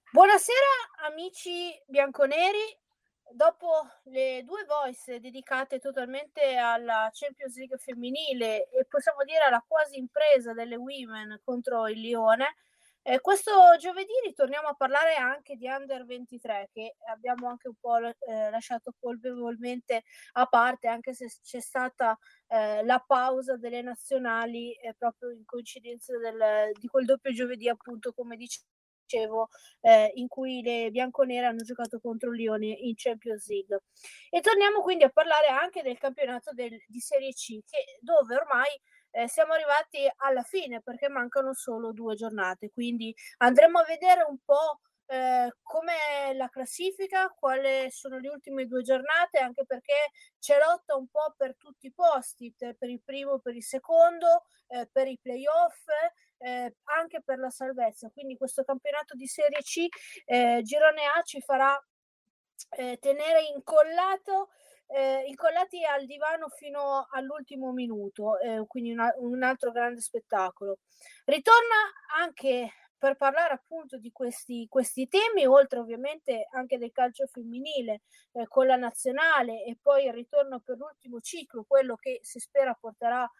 Buonasera amici bianconeri. Dopo le 2 voice dedicate totalmente alla Champions League femminile e possiamo dire alla quasi impresa delle Women contro il Lione, questo giovedì ritorniamo a parlare anche di Under 23 che abbiamo anche un po' lasciato colpevolmente a parte, anche se c'è stata, la pausa delle nazionali, proprio in coincidenza di quel doppio giovedì appunto, come dicevo, in cui le bianconere hanno giocato contro il Lione in Champions League. E torniamo quindi a parlare anche del campionato di Serie C, dove ormai siamo arrivati alla fine perché mancano solo 2 giornate. Quindi andremo a vedere un po' com'è la classifica, quali sono le ultime 2 giornate, anche perché c'è lotta un po' per tutti i posti, per il primo, per il secondo, per i playoff, anche per la salvezza. Quindi questo campionato di Serie C, girone A, ci farà tenere incollati al divano fino all'ultimo minuto, quindi un altro grande spettacolo. Ritorna anche per parlare appunto di questi temi, oltre ovviamente anche del calcio femminile, con la nazionale, e poi il ritorno per l'ultimo ciclo, quello che si spera porterà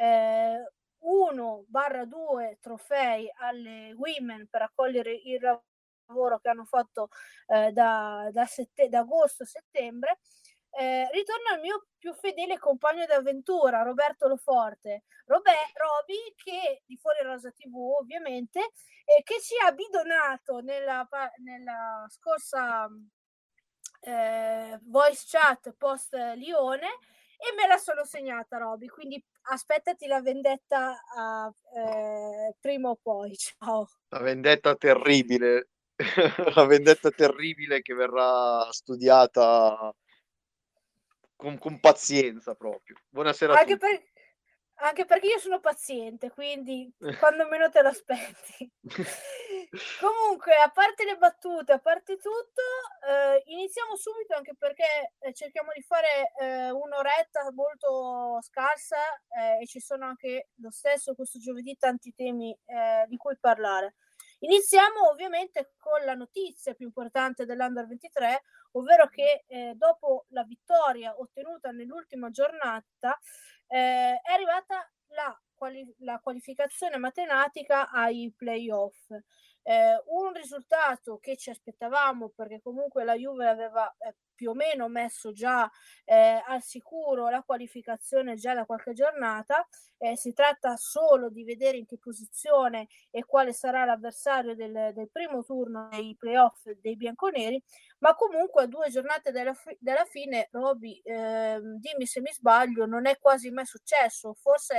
1/2 trofei alle Women per accogliere il lavoro che hanno fatto da agosto a settembre. Ritorna il mio più fedele compagno d'avventura, Roberto Loforte. Roby, che di Fuori Rosa TV ovviamente, che ci ha bidonato nella scorsa voice chat post Lione, e me la sono segnata, Roby, quindi aspettati la vendetta prima o poi. Ciao. La vendetta terribile, la vendetta terribile che verrà studiata con pazienza proprio. Buonasera a Anche tutti. per Anche perché io sono paziente, quindi quando meno te l'aspetti. Comunque, a parte le battute, a parte tutto, iniziamo subito, anche perché, cerchiamo di fare, un'oretta molto scarsa, e ci sono anche lo stesso questo giovedì tanti temi, di cui parlare. Iniziamo ovviamente con la notizia più importante dell'Under 23, ovvero che, dopo la vittoria ottenuta nell'ultima giornata, è arrivata la qualificazione matematica ai playoff. Un risultato che ci aspettavamo, perché comunque la Juve aveva più o meno messo già al sicuro la qualificazione già da qualche giornata. Si tratta solo di vedere in che posizione e quale sarà l'avversario del primo turno dei playoff dei bianconeri, ma comunque a 2 giornate dalla fine, Roby, dimmi se mi sbaglio, non è quasi mai successo. Forse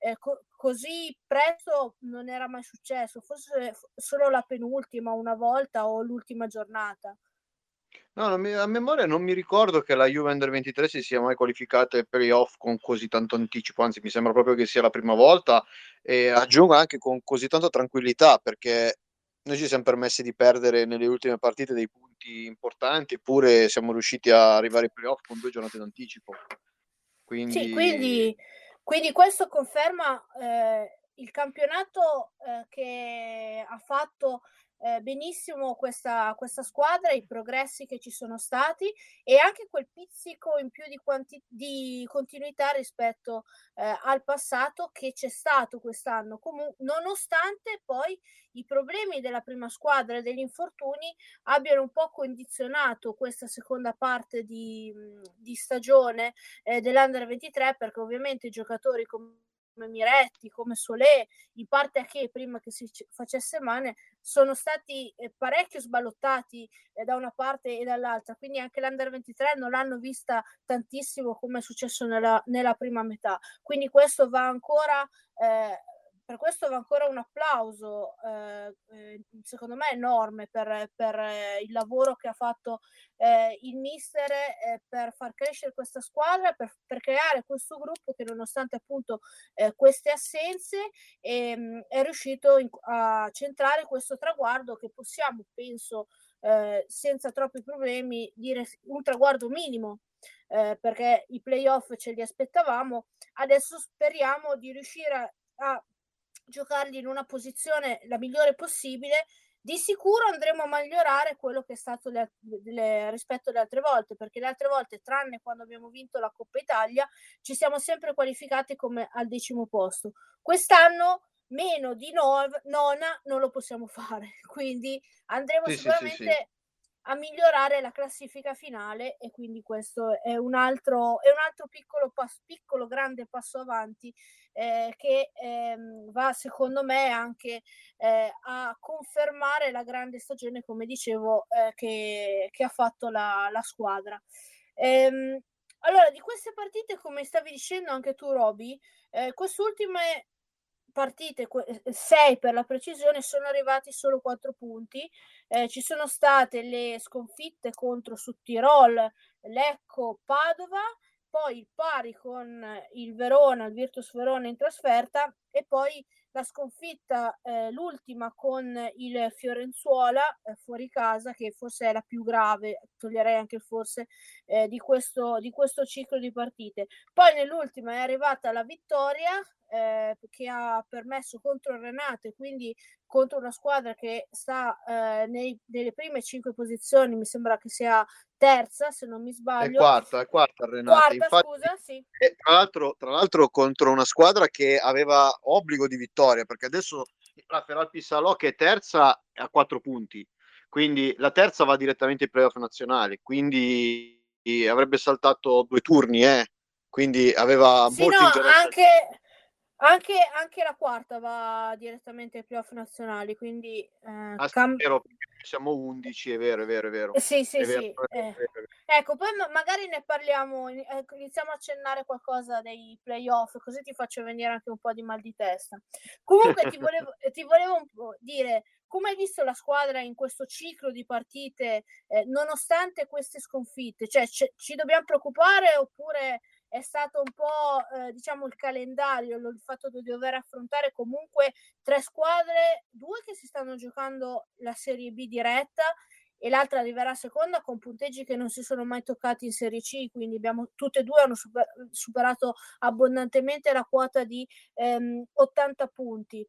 così presto non era mai successo, forse solo la penultima una volta, o l'ultima giornata. No, a memoria non mi ricordo che la Juve Under 23 si sia mai qualificata ai playoff con così tanto anticipo, anzi mi sembra proprio che sia la prima volta e aggiungo anche con così tanta tranquillità perché noi ci siamo permessi di perdere nelle ultime partite dei punti importanti, eppure siamo riusciti a arrivare ai playoff con 2 giornate d'anticipo. Sì, Quindi quindi questo conferma il campionato che ha fatto benissimo questa squadra, i progressi che ci sono stati, e anche quel pizzico in più di continuità rispetto al passato che c'è stato quest'anno, nonostante poi i problemi della prima squadra e degli infortuni abbiano un po' condizionato questa seconda parte di stagione dell'Under 23, perché ovviamente i giocatori come Miretti, come Solé, in parte anche prima che si facesse male, sono stati parecchio sballottati da una parte e dall'altra, quindi anche l'Under 23 non l'hanno vista tantissimo come è successo nella prima metà. Quindi questo va ancora, per questo va ancora un applauso, secondo me enorme, per il lavoro che ha fatto il mister, per far crescere questa squadra, per creare questo gruppo che, nonostante appunto queste assenze, è riuscito a centrare questo traguardo che possiamo, penso, senza troppi problemi, dire un traguardo minimo, perché i playoff ce li aspettavamo. Adesso speriamo di riuscire a giocarli in una posizione la migliore possibile, Di sicuro andremo a migliorare quello che è stato rispetto alle altre volte, perché le altre volte, tranne quando abbiamo vinto la Coppa Italia, ci siamo sempre qualificati come al 10° posto. Quest'anno meno di nona non lo possiamo fare, quindi andremo Sì, sì, sì, sì. sicuramente a migliorare la classifica finale, e quindi questo è un altro piccolo grande passo avanti che va secondo me anche a confermare la grande stagione, come dicevo, che ha fatto la squadra. Allora, di queste partite, come stavi dicendo anche tu, Roby, queste ultime partite, 6 per la precisione, sono arrivati solo 4 punti. Ci sono state le sconfitte contro Südtirol, Lecco, Padova, poi il pari con il Verona, il Virtus Verona in trasferta, e poi la sconfitta, l'ultima con il Fiorenzuola fuori casa, che forse è la più grave, toglierei anche forse di questo ciclo di partite. Poi nell'ultima è arrivata la vittoria che ha permesso contro il Renate, quindi contro una squadra che sta nelle prime 5 posizioni, mi sembra che sia terza se non mi sbaglio. È quarta Renate. Quarta, Infatti, scusa, sì. tra l'altro contro una squadra che aveva obbligo di vittoria, perché adesso la Feralpi Salò, che è terza, è a 4 punti, quindi la terza va direttamente ai playoff nazionali, quindi avrebbe saltato 2 turni, quindi aveva Sì, no, molto interesse. anche la quarta va direttamente ai playoff nazionali, quindi Ah, sì, è vero, perché siamo 11, è vero, è vero, è vero. sì, sì, È vero, sì. è vero, è vero. Ecco, poi magari ne parliamo, iniziamo a accennare qualcosa dei playoff, così ti faccio venire anche un po' di mal di testa. Comunque ti volevo un po' dire, come hai visto la squadra in questo ciclo di partite, nonostante queste sconfitte? Cioè, ci dobbiamo preoccupare, oppure è stato un po', diciamo, il calendario, il fatto di dover affrontare comunque 3 squadre, 2 che si stanno giocando la Serie B diretta e l'altra arriverà seconda, con punteggi che non si sono mai toccati in Serie C, quindi tutte e due hanno superato abbondantemente la quota di 80 punti.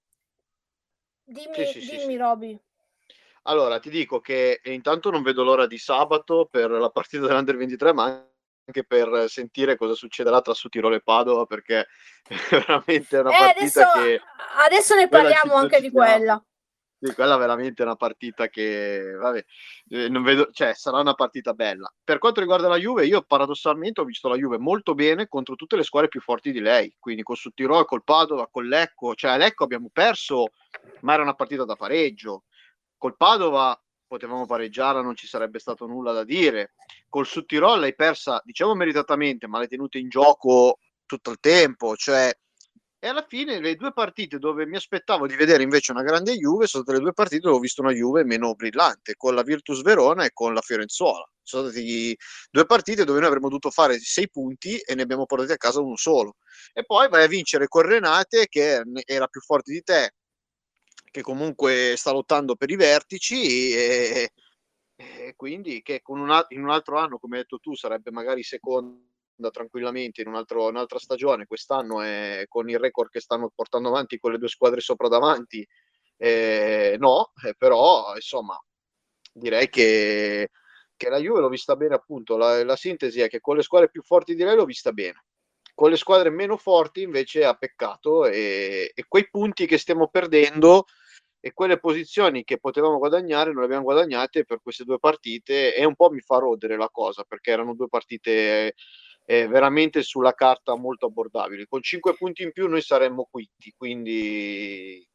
Sì, sì, sì, Dimmi sì. Roby. Allora, ti dico che intanto non vedo l'ora di sabato per la partita dell'Under 23, ma anche per sentire cosa succederà tra Tirolo e Padova, perché veramente è una Adesso, partita che ne quella parliamo anche ci di siamo. quella. Sì, quella veramente è una partita che, vabbè, non vedo, cioè, sarà una partita bella. Per quanto riguarda la Juve, io paradossalmente ho visto la Juve molto bene contro tutte le squadre più forti di lei, quindi con Südtirol, col Padova, con Lecco, cioè a Lecco abbiamo perso, ma era una partita da pareggio. Col Padova potevamo pareggiare, non ci sarebbe stato nulla da dire. Col Südtirol l'hai persa, diciamo meritatamente, ma l'hai tenuta in gioco tutto il tempo, cioè. E alla fine le 2 partite dove mi aspettavo di vedere invece una grande Juve sono state le 2 partite dove ho visto una Juve meno brillante, con la Virtus Verona e con la Fiorenzuola. Sono state 2 partite dove noi avremmo dovuto fare 6 punti e ne abbiamo portati a casa uno solo. E poi vai a vincere con Renate, che era più forte di te, che comunque sta lottando per i vertici, e quindi che in un altro anno, come hai detto tu, sarebbe magari seconda tranquillamente in un'altra stagione. Quest'anno è con il record che stanno portando avanti con le 2 squadre sopra davanti, no, però insomma direi che la Juve l'ho vista bene, appunto. La sintesi è che con le squadre più forti di lei l'ho vista bene, con le squadre meno forti invece ha peccato, e quei punti che stiamo perdendo e quelle posizioni che potevamo guadagnare non le abbiamo guadagnate per queste 2 partite, e un po' mi fa rodere la cosa, perché erano 2 partite veramente sulla carta molto abbordabili. Con 5 punti in più noi saremmo quinti, quindi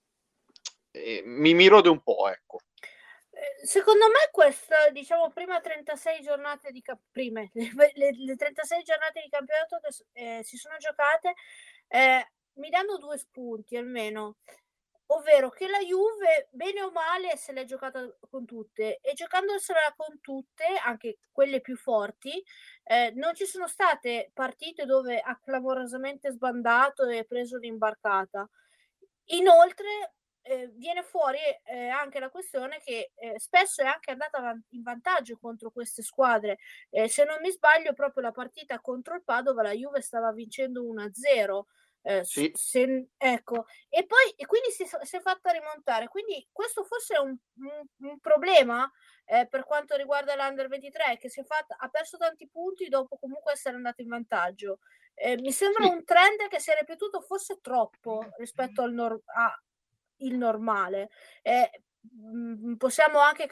mi rode un po', ecco. Secondo me questa, diciamo, prima 36 giornate prime, le 36 giornate di campionato che si sono giocate mi danno 2 spunti almeno, ovvero che la Juve, bene o male, se l'è giocata con tutte, e giocandosela con tutte, anche quelle più forti, non ci sono state partite dove ha clamorosamente sbandato e preso l'imbarcata. Inoltre viene fuori anche la questione che spesso è anche andata in vantaggio contro queste squadre. Se non mi sbaglio, proprio la partita contro il Padova la Juve stava vincendo 1-0. Sì, Ecco, e quindi si è fatta rimontare. Quindi questo forse è un problema, per quanto riguarda l'Under 23, che ha perso tanti punti dopo comunque essere andata in vantaggio. Mi sembra sì. un trend che si è ripetuto forse troppo rispetto il normale. Possiamo anche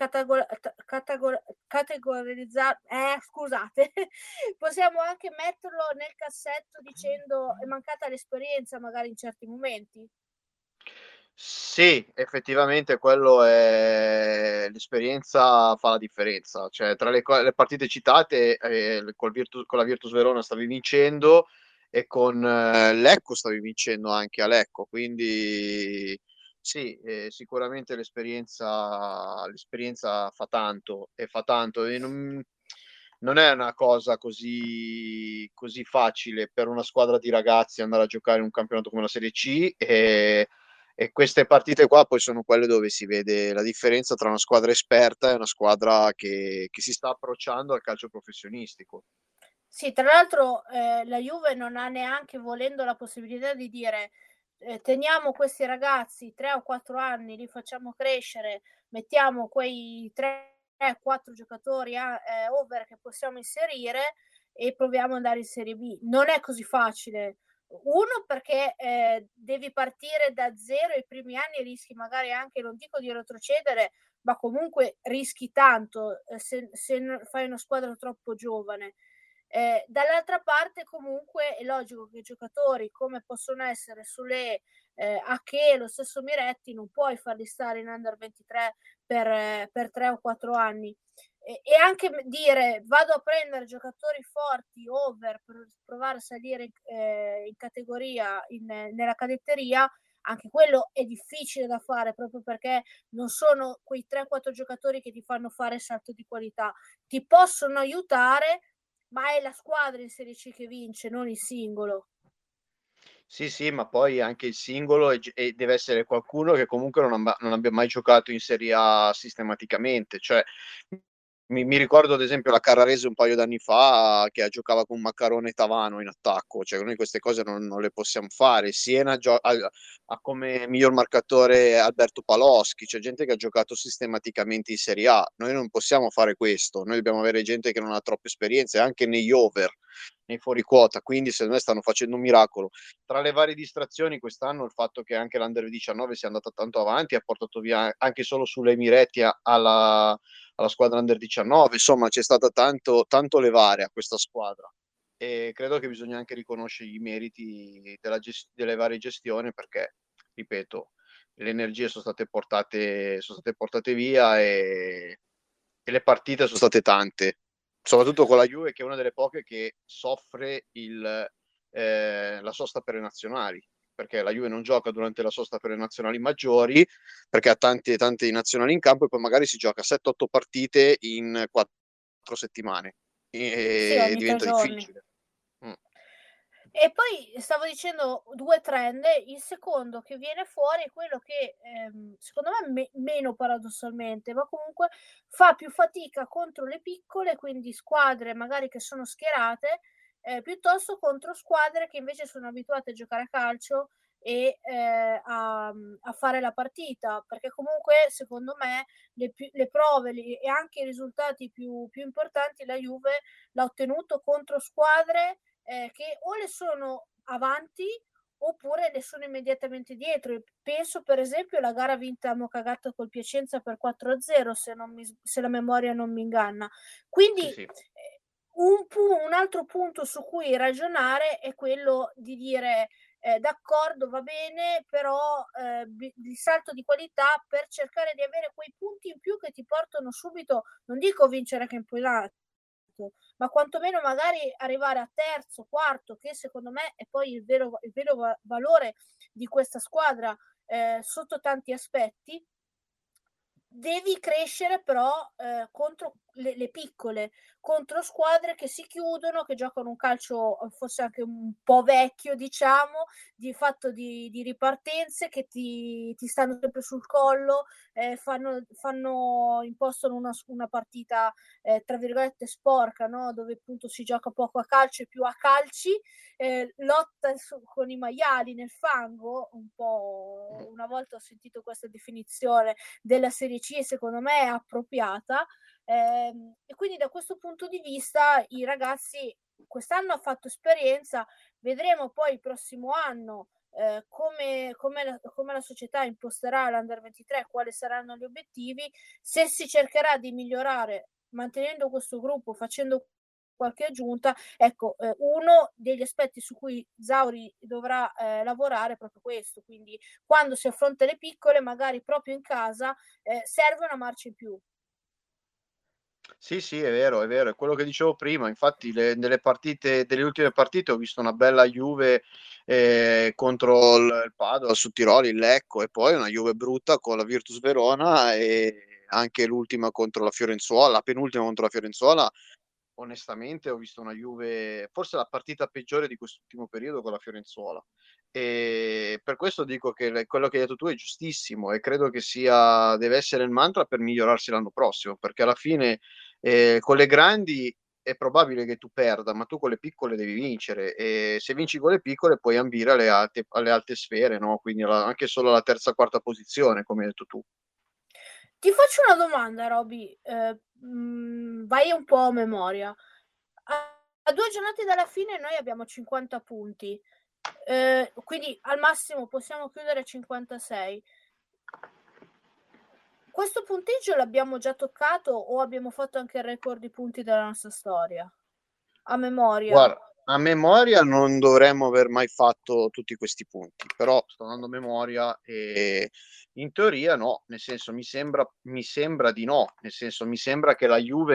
categorizzar scusate, possiamo anche metterlo nel cassetto dicendo: "È mancata l'esperienza magari in certi momenti". Sì, effettivamente quello è l'esperienza fa la differenza. Cioè tra le partite citate, con la Virtus Verona stavi vincendo e con Lecco stavi vincendo anche a Lecco, quindi sì, sicuramente l'esperienza fa tanto e non è una cosa così facile per una squadra di ragazzi andare a giocare un campionato come la Serie C, e queste partite qua poi sono quelle dove si vede la differenza tra una squadra esperta e una squadra che si sta approcciando al calcio professionistico. Sì, tra l'altro, la Juve non ha neanche, volendo, la possibilità di dire: "Teniamo questi ragazzi 3 o 4 anni, li facciamo crescere, mettiamo quei 3, 4 giocatori over che possiamo inserire e proviamo ad andare in Serie B". Non è così facile. 1 perché, devi partire da 0 i primi anni e rischi magari anche, non dico di retrocedere, ma comunque rischi tanto, se fai una squadra troppo giovane. Dall'altra parte comunque è logico che giocatori come possono essere Solé, Aché, lo stesso Miretti, non puoi farli stare in Under 23 per 3 o 4 anni. E anche dire: "Vado a prendere giocatori forti, over, per provare a salire in categoria nella cadetteria", anche quello è difficile da fare, proprio perché non sono quei 3, 4 giocatori che ti fanno fare il salto di qualità. Ti possono aiutare, ma è la squadra in Serie C che vince, non il singolo. Sì, sì, ma poi anche il singolo e deve essere qualcuno che comunque non abbia mai giocato in Serie A sistematicamente. Cioè, mi ricordo ad esempio la Carrarese un paio d'anni fa che giocava con Maccarone e Tavano in attacco, cioè noi queste cose non le possiamo fare. Siena ha come miglior marcatore Alberto Paloschi, c'è gente che ha giocato sistematicamente in Serie A. Noi non possiamo fare questo, noi dobbiamo avere gente che non ha troppe esperienze, anche negli over, nei fuori quota, quindi secondo me stanno facendo un miracolo. Tra le varie distrazioni quest'anno il fatto che anche l'Under 19 sia andata tanto avanti ha portato via anche solo sulle Miretti alla squadra Under 19, insomma c'è stato tanto levare a questa squadra e credo che bisogna anche riconoscere i meriti delle varie gestioni perché, ripeto, le energie sono state portate via e le partite sono state tante, soprattutto con la Juve che è una delle poche che soffre la sosta per le nazionali, perché la Juve non gioca durante la sosta per le nazionali maggiori, perché ha tante nazionali in campo e poi magari si gioca 7-8 partite in 4 settimane Sì, e ogni 3 diventa giorni. difficile. Mm. E poi stavo dicendo 2 trend, il secondo che viene fuori è quello che, secondo me meno paradossalmente, ma comunque fa più fatica contro le piccole, quindi squadre magari che sono schierate, piuttosto contro squadre che invece sono abituate a giocare a calcio e, a fare la partita. Perché comunque secondo me le prove e anche i risultati più importanti la Juve l'ha ottenuto contro squadre che o le sono avanti oppure le sono immediatamente dietro. E penso per esempio alla gara vinta a Mocagato col Piacenza per 4-0, se la memoria non mi inganna. Sì, Quindi sì. un altro punto su cui ragionare è quello di dire d'accordo, va bene, però il salto di qualità per cercare di avere quei punti in più che ti portano subito, non dico vincere campionato, ma quantomeno magari arrivare a terzo, quarto, che secondo me è poi il vero valore di questa squadra sotto tanti aspetti. Devi crescere però contro le piccole contro squadre che si chiudono, che giocano un calcio forse anche un po' vecchio, diciamo, di fatto di ripartenze che ti stanno sempre sul collo, impostano una partita tra virgolette sporca, no? Dove appunto si gioca poco a calcio e più a calci, lotta con i maiali nel fango, un po'. Una volta ho sentito questa definizione della Serie C e secondo me è appropriata. E quindi da questo punto di vista i ragazzi quest'anno hanno fatto esperienza, vedremo poi il prossimo anno come la società imposterà l'Under 23, quali saranno gli obiettivi, se si cercherà di migliorare mantenendo questo gruppo, facendo qualche aggiunta. Ecco, uno degli aspetti su cui Zauri dovrà lavorare è proprio questo, quindi quando si affronta le piccole, magari proprio in casa, serve una marcia in più. Sì, sì, è vero, è quello che dicevo prima. Infatti, delle ultime partite ho visto una bella Juve contro il Padova su Tiroli, il Lecco, e poi una Juve brutta con la Virtus Verona e anche l'ultima contro la Fiorenzuola, la penultima contro la Fiorenzuola. Onestamente, ho visto una Juve, forse la partita peggiore di quest'ultimo periodo con la Fiorenzuola. E per questo dico che quello che hai detto tu è giustissimo e credo che deve essere il mantra per migliorarsi l'anno prossimo, perché alla fine con le grandi è probabile che tu perda, ma tu con le piccole devi vincere e se vinci con le piccole puoi ambire alle alte sfere, no? Quindi anche solo alla terza, quarta posizione, come hai detto tu. Ti faccio una domanda, Roby, vai un po' a memoria. A 2 giornate dalla fine noi abbiamo 50 punti, quindi al massimo possiamo chiudere 56. Questo punteggio l'abbiamo già toccato o abbiamo fatto anche il record di punti della nostra storia? A memoria. Guarda, a memoria non dovremmo aver mai fatto tutti questi punti, però sto andando a memoria e in teoria no, nel senso mi sembra di no, nel senso mi sembra che la Juve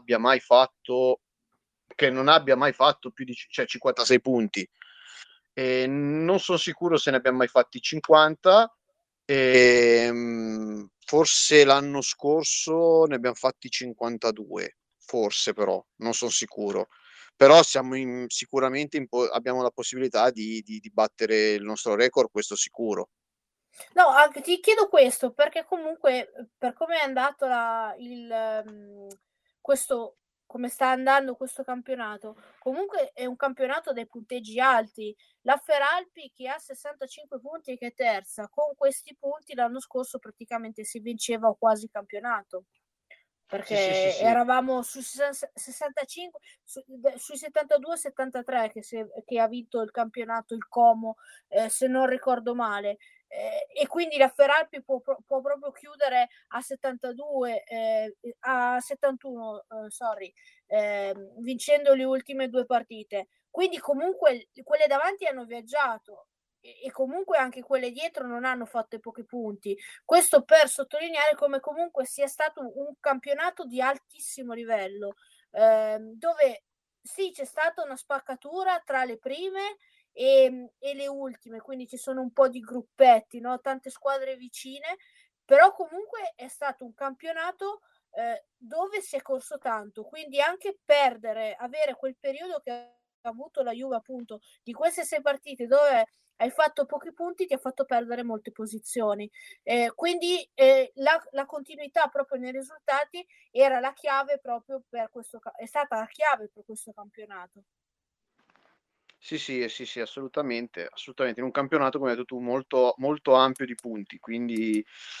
non abbia mai fatto più di 56 punti. E non sono sicuro se ne abbiamo mai fatti 50. Forse l'anno scorso ne abbiamo fatti 52, forse però, non sono sicuro. Però sicuramente abbiamo la possibilità di battere il nostro record, questo sicuro. No, anche ti chiedo questo perché comunque per come è andato questo, come sta andando questo campionato, comunque è un campionato dai punteggi alti. La Feralpi che ha 65 punti e che è terza, con questi punti l'anno scorso praticamente si vinceva quasi campionato. Sì, sì, sì, Perché sì. eravamo su 65, sui 72-73 che ha vinto il campionato il Como, se non ricordo male. E quindi la Feralpi può proprio chiudere a 72, a 71, sorry, vincendo le ultime 2 partite. Quindi comunque quelle davanti hanno viaggiato e comunque anche quelle dietro non hanno fatto pochi punti. Questo per sottolineare come comunque sia stato un campionato di altissimo livello, dove sì, c'è stata una spaccatura tra le prime e le ultime, quindi ci sono un po' di gruppetti, no? Tante squadre vicine, però comunque è stato un campionato dove si è corso tanto, quindi anche avere quel periodo che ha avuto la Juve appunto di queste 6 partite dove hai fatto pochi punti, ti ha fatto perdere molte posizioni. Quindi la continuità proprio nei risultati era la chiave proprio è stata la chiave per questo campionato. Sì, sì, sì, sì, assolutamente, assolutamente. In un campionato, come hai detto tu, molto, molto ampio di punti. Quindi,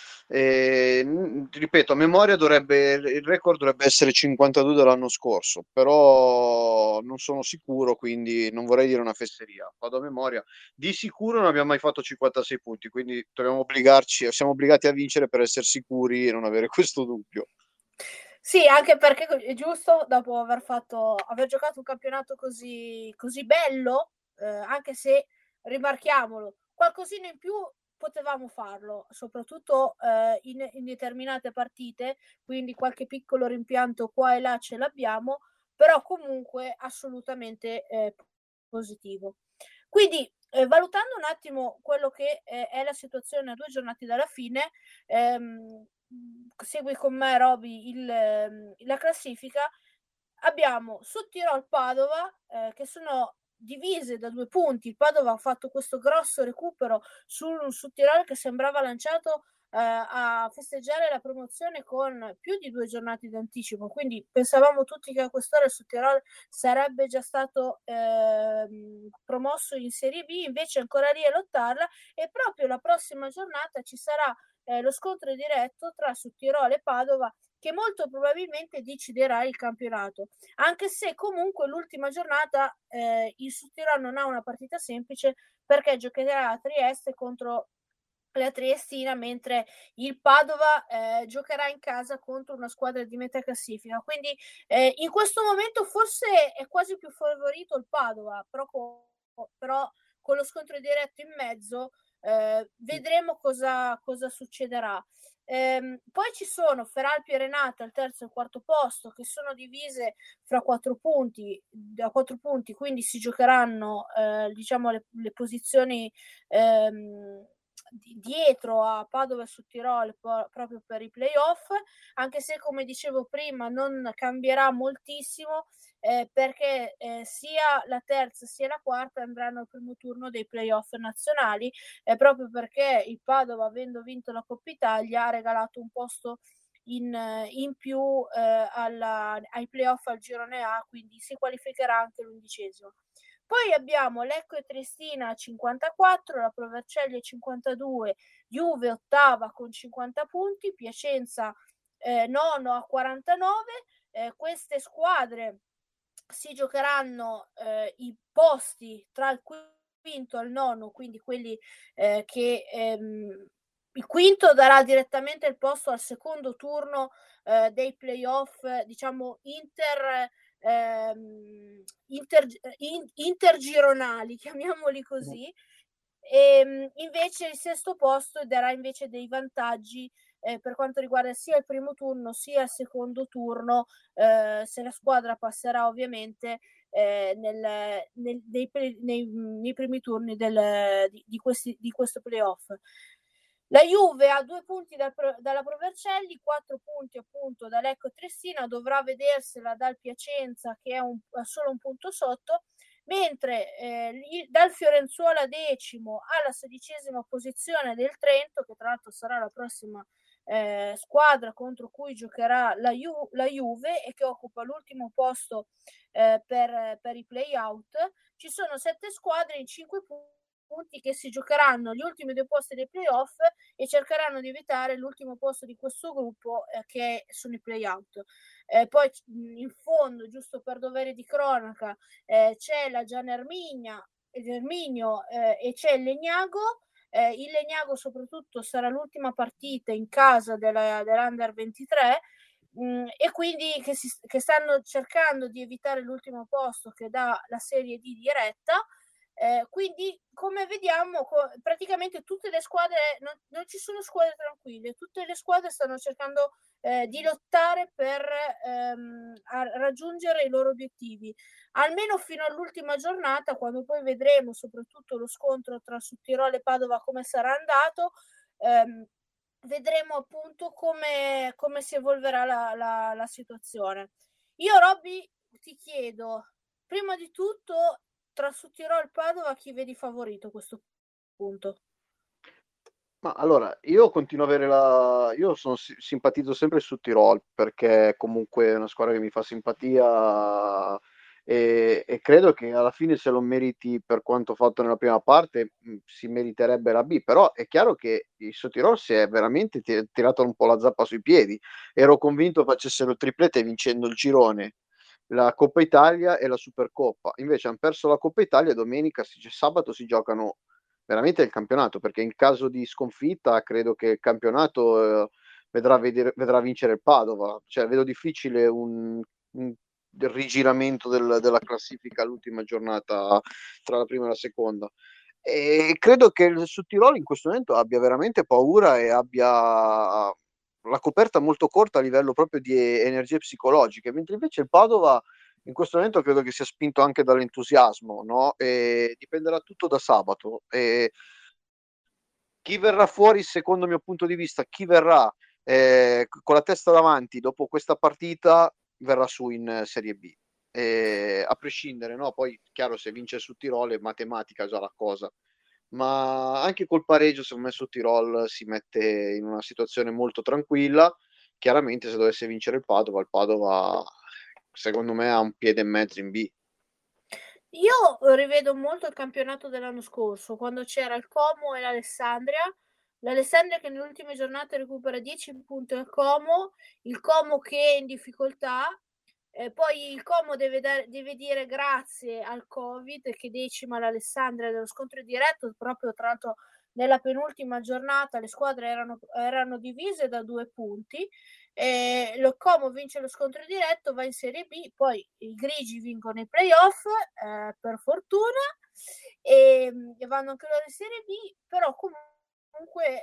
ti ripeto, a memoria il record dovrebbe essere 52 dell'anno scorso, però non sono sicuro, quindi non vorrei dire una fesseria. Vado a memoria. Di sicuro non abbiamo mai fatto 56 punti, quindi siamo obbligati a vincere per essere sicuri e non avere questo dubbio. Sì, anche perché è giusto, dopo aver giocato un campionato così bello, anche se, rimarchiamolo, qualcosina in più potevamo farlo, soprattutto in determinate partite, quindi qualche piccolo rimpianto qua e là ce l'abbiamo, però comunque assolutamente positivo. Quindi, valutando un attimo quello che è la situazione a 2 giornate dalla fine, segui con me Roby la classifica, abbiamo Südtirol Padova che sono divise da 2 punti. Il Padova ha fatto questo grosso recupero sul Südtirol che sembrava lanciato a festeggiare la promozione con più di 2 giornate d'anticipo, quindi pensavamo tutti che a quest'ora il Südtirol sarebbe già stato promosso in Serie B, invece è ancora lì a lottarla, e proprio la prossima giornata ci sarà lo scontro diretto tra Südtirol e Padova, che molto probabilmente deciderà il campionato, anche se comunque l'ultima giornata il Südtirol non ha una partita semplice, perché giocherà a Trieste contro la Triestina, mentre il Padova giocherà in casa contro una squadra di metà classifica, quindi in questo momento forse è quasi più favorito il Padova, però con lo scontro diretto in mezzo vedremo cosa succederà. Poi ci sono Feralpi e Renata al terzo e quarto posto, che sono divise fra 4 punti, da 4 punti, quindi si giocheranno diciamo le posizioni dietro a Padova e Südtirol proprio per i playoff, anche se come dicevo prima non cambierà moltissimo perché sia la terza sia la quarta andranno al primo turno dei playoff nazionali, proprio perché il Padova, avendo vinto la Coppa Italia, ha regalato un posto in più ai playoff al girone A, quindi si qualificherà anche l'11°. Poi abbiamo Lecco e Triestina a 54, la Pro Vercelli a 52, Juve ottava con 50 punti, Piacenza nono a 49. Queste squadre si giocheranno i posti tra il quinto e il nono, quindi quelli che il quinto darà direttamente il posto al secondo turno dei playoff, diciamo intergironali, chiamiamoli così, e invece il sesto posto darà invece dei vantaggi per quanto riguarda sia il primo turno sia il secondo turno, se la squadra passerà ovviamente nei primi turni di questo playoff. La Juve ha 2 punti dalla Pro Vercelli, 4 punti appunto da Lecco Triestina, dovrà vedersela dal Piacenza che è solo un punto sotto, mentre dal Fiorenzuola decimo alla 16ª posizione del Trento, che tra l'altro sarà la prossima squadra contro cui giocherà la Juve e che occupa l'ultimo posto per i play-out, ci sono 7 squadre in 5 punti che si giocheranno gli ultimi 2 posti dei playoff e cercheranno di evitare l'ultimo posto di questo gruppo che sono i play-out. Poi in fondo, giusto per dovere di cronaca, c'è la Gian Erminio e c'è il Legnago. Il Legnago soprattutto sarà l'ultima partita in casa dell'Under 23 e quindi che stanno cercando di evitare l'ultimo posto che dà la Serie D diretta. Quindi come vediamo praticamente tutte le squadre non ci sono squadre tranquille, tutte le squadre stanno cercando di lottare per raggiungere i loro obiettivi, almeno fino all'ultima giornata, quando poi vedremo soprattutto lo scontro tra Südtirol e Padova come sarà andato. Vedremo appunto come si evolverà la situazione. Io Robby ti chiedo prima di tutto, tra Südtirol e Padova chi vedi favorito a questo punto? Ma allora, io continuo a avere io simpatizzo sempre su Tirol perché comunque è una squadra che mi fa simpatia e credo che alla fine se lo meriti per quanto fatto nella prima parte si meriterebbe la B, però è chiaro che il Tirol si è veramente tirato un po' la zappa sui piedi. Ero convinto facessero il triplete vincendo il girone, la Coppa Italia e la Supercoppa. Invece hanno perso la Coppa Italia e sabato si giocano veramente il campionato, perché in caso di sconfitta credo che il campionato vedrà vincere il Padova. Cioè, vedo difficile un rigiramento della classifica all'ultima giornata tra la prima e la seconda. E credo che il Sudtirolo in questo momento abbia veramente paura e abbia la coperta molto corta a livello proprio di energie psicologiche, mentre invece il Padova in questo momento credo che sia spinto anche dall'entusiasmo, no? E dipenderà tutto da sabato. E chi verrà fuori, secondo il mio punto di vista, chi verrà con la testa davanti dopo questa partita verrà su in Serie B. A prescindere, no? Poi chiaro, se vince su Tirol è matematica già la cosa, ma anche col pareggio secondo me su Tirol si mette in una situazione molto tranquilla. Chiaramente se dovesse vincere il Padova secondo me ha un piede e mezzo in B. Io rivedo molto il campionato dell'anno scorso, quando c'era il Como e l'Alessandria. L'Alessandria che nelle ultime giornate recupera 10 punti al Como, il Como che è in difficoltà. Poi il Como deve dire grazie al Covid che decima l'Alessandria dello scontro diretto, proprio tra l'altro nella penultima giornata le squadre erano divise da 2 punti. Lo Como vince lo scontro diretto, va in Serie B, poi i grigi vincono i playoff, per fortuna, e vanno anche loro in Serie B, però comunque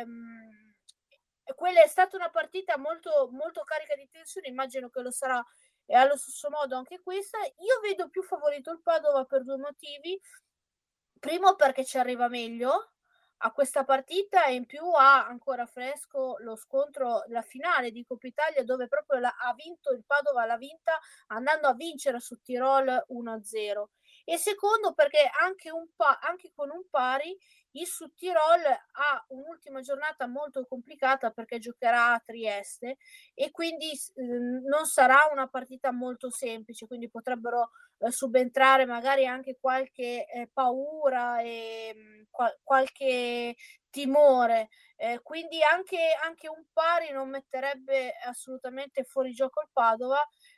quella è stata una partita molto, molto carica di tensione, immagino che lo sarà allo stesso modo anche questa. Io vedo più favorito il Padova per 2 motivi. Primo perché ci arriva meglio a questa partita e in più ha ancora fresco lo scontro, la finale di Coppa Italia dove proprio ha vinto il Padova, l'ha vinta andando a vincere su Tirol 1-0. E secondo perché anche con un pari il Sud Tirol ha un'ultima giornata molto complicata perché giocherà a Trieste e quindi non sarà una partita molto semplice, quindi potrebbero subentrare magari anche qualche paura e qualche timore. Quindi anche un pari non metterebbe assolutamente fuori gioco il Padova.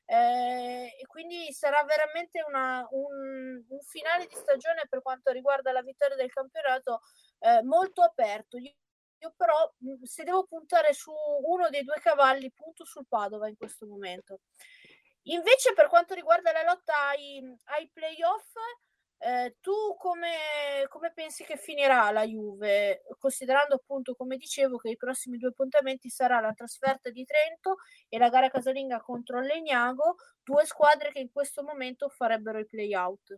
E quindi sarà veramente un finale di stagione per quanto riguarda la vittoria del campionato molto aperto. Io però se devo puntare su uno dei due cavalli punto sul Padova in questo momento. Invece per quanto riguarda la lotta ai playoff, tu come pensi che finirà la Juve, considerando appunto, come dicevo, che i prossimi 2 appuntamenti sarà la trasferta di Trento e la gara casalinga contro il Legnago, 2 squadre che in questo momento farebbero i play-out?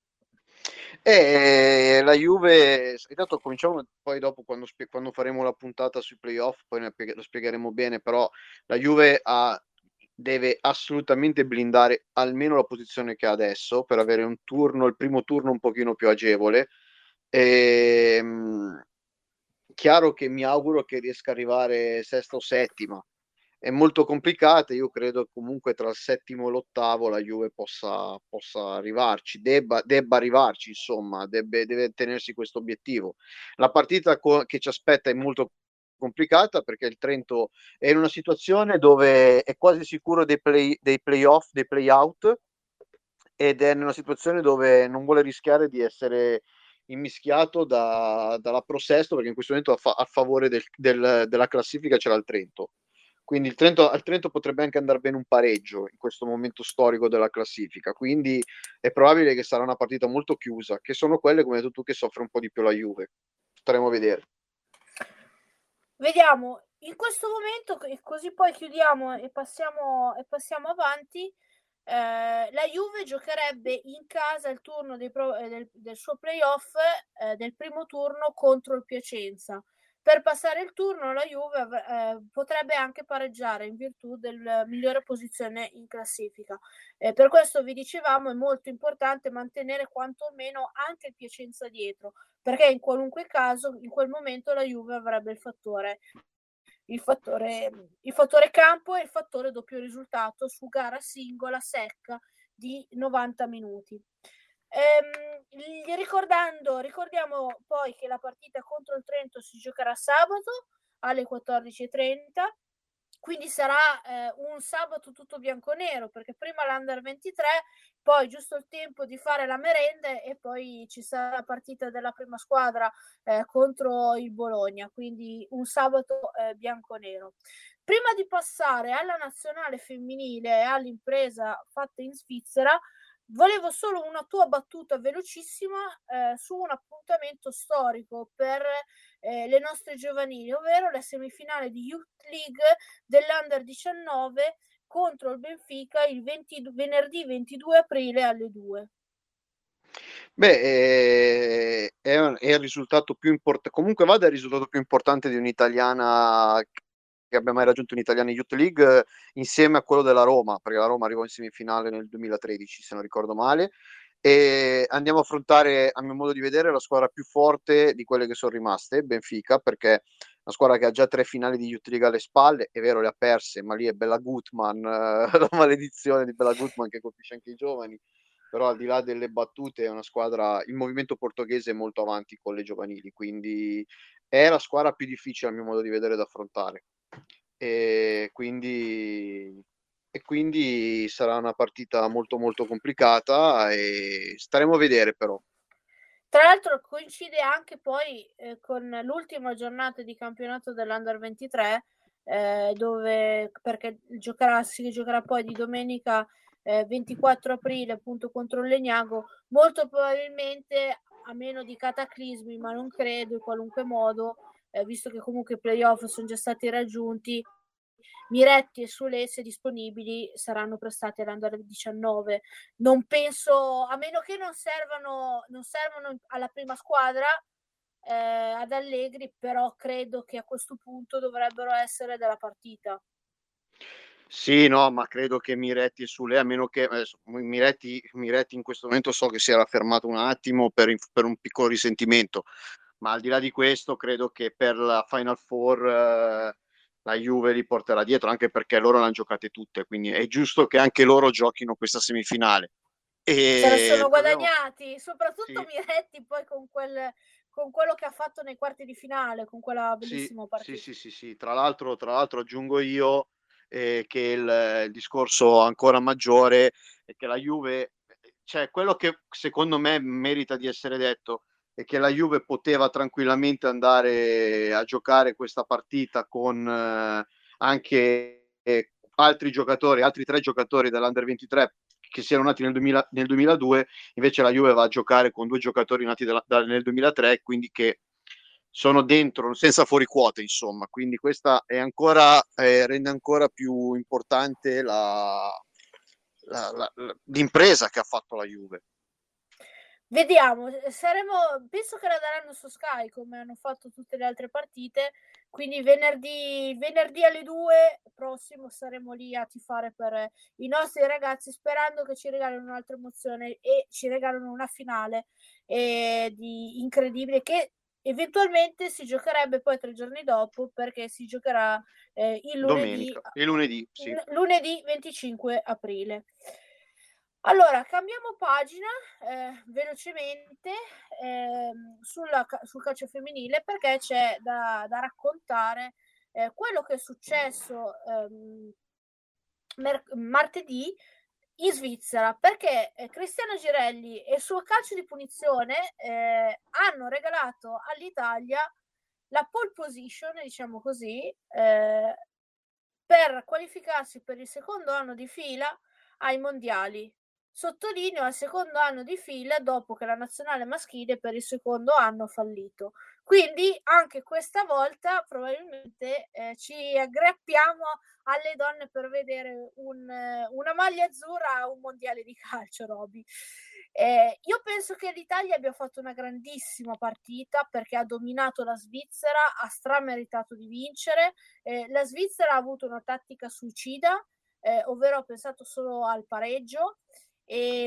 E la Juve, intanto cominciamo poi dopo quando faremo la puntata sui playoff, poi lo spiegheremo bene, però la Juve deve assolutamente blindare almeno la posizione che ha adesso per avere il primo turno un pochino più agevole. Chiaro che mi auguro che riesca a arrivare sesta o settima. È molto complicata, io credo che comunque tra il settimo e l'ottavo la Juve possa arrivarci, debba arrivarci, insomma, deve tenersi questo obiettivo. La partita che ci aspetta è molto complicata perché il Trento è in una situazione dove è quasi sicuro dei playoff, dei playout, ed è in una situazione dove non vuole rischiare di essere immischiato dalla Prosesto perché in questo momento a favore della classifica c'era il Trento. Quindi al Trento potrebbe anche andare bene un pareggio in questo momento storico della classifica. Quindi è probabile che sarà una partita molto chiusa, che sono quelle, come hai detto tu, che soffre un po' di più la Juve. Staremo a vedere. Vediamo, in questo momento, così poi chiudiamo e passiamo avanti. La Juve giocherebbe in casa il turno del suo playoff del primo turno contro il Piacenza. Per passare il turno la Juve potrebbe anche pareggiare in virtù della migliore posizione in classifica. Per questo vi dicevamo è molto importante mantenere quantomeno anche il Piacenza dietro, perché in qualunque caso in quel momento la Juve avrebbe il fattore, il fattore campo e il fattore doppio risultato su gara singola secca di 90 minuti. Ricordiamo poi che la partita contro il Trento si giocherà sabato alle 14:30, quindi sarà un sabato tutto bianco-nero perché prima l'Under 23, poi giusto il tempo di fare la merenda e poi ci sarà la partita della prima squadra contro il Bologna, quindi un sabato bianco-nero. Prima di passare alla nazionale femminile e all'impresa fatta in Svizzera, volevo solo una tua battuta velocissima su un appuntamento storico per le nostre giovanili, ovvero la semifinale di Youth League dell'Under 19 contro il Benfica il venerdì 22 aprile alle 2. Beh, è il risultato più importante. Comunque vada il risultato più importante di un'italiana abbia mai raggiunto un italiano in Youth League, insieme a quello della Roma, perché la Roma arrivò in semifinale nel 2013, se non ricordo male, e andiamo a affrontare, a mio modo di vedere, la squadra più forte di quelle che sono rimaste, Benfica, perché è una squadra che ha già 3 finali di Youth League alle spalle, è vero le ha perse, ma lì è Bella Gutman, la maledizione di Bella Gutman che colpisce anche i giovani, però al di là delle battute è una squadra, il movimento portoghese è molto avanti con le giovanili, quindi è la squadra più difficile a mio modo di vedere da affrontare. E quindi, e quindi sarà una partita molto molto complicata e staremo a vedere però. Tra l'altro coincide anche poi con l'ultima giornata di campionato dell'Under 23, dove perché si giocherà poi di domenica 24 aprile appunto contro il Legnago, molto probabilmente a meno di cataclismi, ma non credo in qualunque modo, visto che comunque i playoff sono già stati raggiunti, Miretti e Sule, se disponibili, saranno prestati all'Under 19. Non penso, a meno che non servano alla prima squadra ad Allegri, però credo che a questo punto dovrebbero essere della partita. Sì, no, ma credo che Miretti e Sule, a meno che adesso, Miretti in questo momento so che si era fermato un attimo per un piccolo risentimento, ma al di là di questo credo che per la Final Four la Juve li porterà dietro, anche perché loro le hanno giocate tutte, quindi è giusto che anche loro giochino questa semifinale. Se la E sono il problema, guadagnati, soprattutto sì, Miretti poi con quello che ha fatto nei quarti di finale, con quella sì, bellissima sì, partita. sì, sì, sì. Tra l'altro aggiungo io che il discorso ancora maggiore è che la Juve, cioè quello che secondo me merita di essere detto è che la Juve poteva tranquillamente andare a giocare questa partita con anche altri giocatori, altri 3 giocatori dell'Under 23 che siano nati nel 2002, invece la Juve va a giocare con 2 giocatori nati nel 2003, quindi che sono dentro senza fuori quote, insomma, quindi questa è ancora rende ancora più importante l'impresa che ha fatto la Juve. Vediamo, penso che la daranno su Sky come hanno fatto tutte le altre partite, quindi venerdì alle 2 prossimo saremo lì a tifare per i nostri ragazzi, sperando che ci regalino un'altra emozione e ci regalino una finale di incredibile che eventualmente si giocherebbe poi 3 giorni dopo, perché si giocherà il Domenica e lunedì, sì. lunedì 25 aprile. Allora, cambiamo pagina velocemente sul calcio femminile, perché c'è da raccontare quello che è successo martedì in Svizzera, perché Cristiano Girelli e il suo calcio di punizione hanno regalato all'Italia la pole position, diciamo così, per qualificarsi per il secondo anno di fila ai mondiali. Sottolineo al secondo anno di fila dopo che la nazionale maschile per il secondo anno ha fallito. Quindi anche questa volta probabilmente ci aggrappiamo alle donne per vedere una maglia azzurra a un mondiale di calcio, Roby. Io penso che l'Italia abbia fatto una grandissima partita, perché ha dominato la Svizzera, ha strameritato di vincere. La Svizzera ha avuto una tattica suicida, ovvero ha pensato solo al pareggio e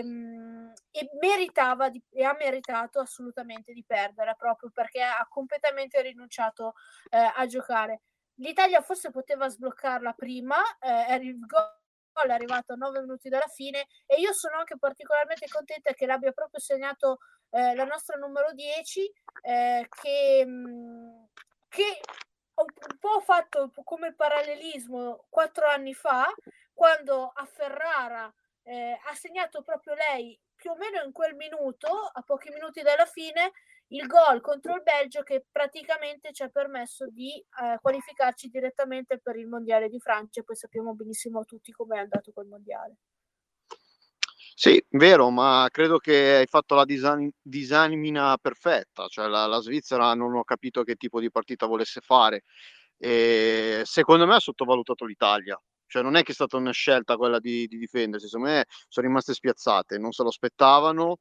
ha meritato assolutamente di perdere, proprio perché ha completamente rinunciato a giocare. L'Italia forse poteva sbloccarla prima, il gol è arrivato a 9 minuti dalla fine, e io sono anche particolarmente contenta che l'abbia proprio segnato la nostra numero 10, che un po' fatto come il parallelismo 4 anni fa, quando a Ferrara ha segnato proprio lei, più o meno in quel minuto, a pochi minuti dalla fine, il gol contro il Belgio, che praticamente ci ha permesso di qualificarci direttamente per il mondiale di Francia, e poi sappiamo benissimo tutti com'è andato quel mondiale. Sì, vero, ma credo che hai fatto la disamina perfetta, cioè la Svizzera non ho capito che tipo di partita volesse fare e secondo me ha sottovalutato l'Italia, cioè non è che è stata una scelta quella di difendersi, secondo me sono rimaste spiazzate, non se lo aspettavano,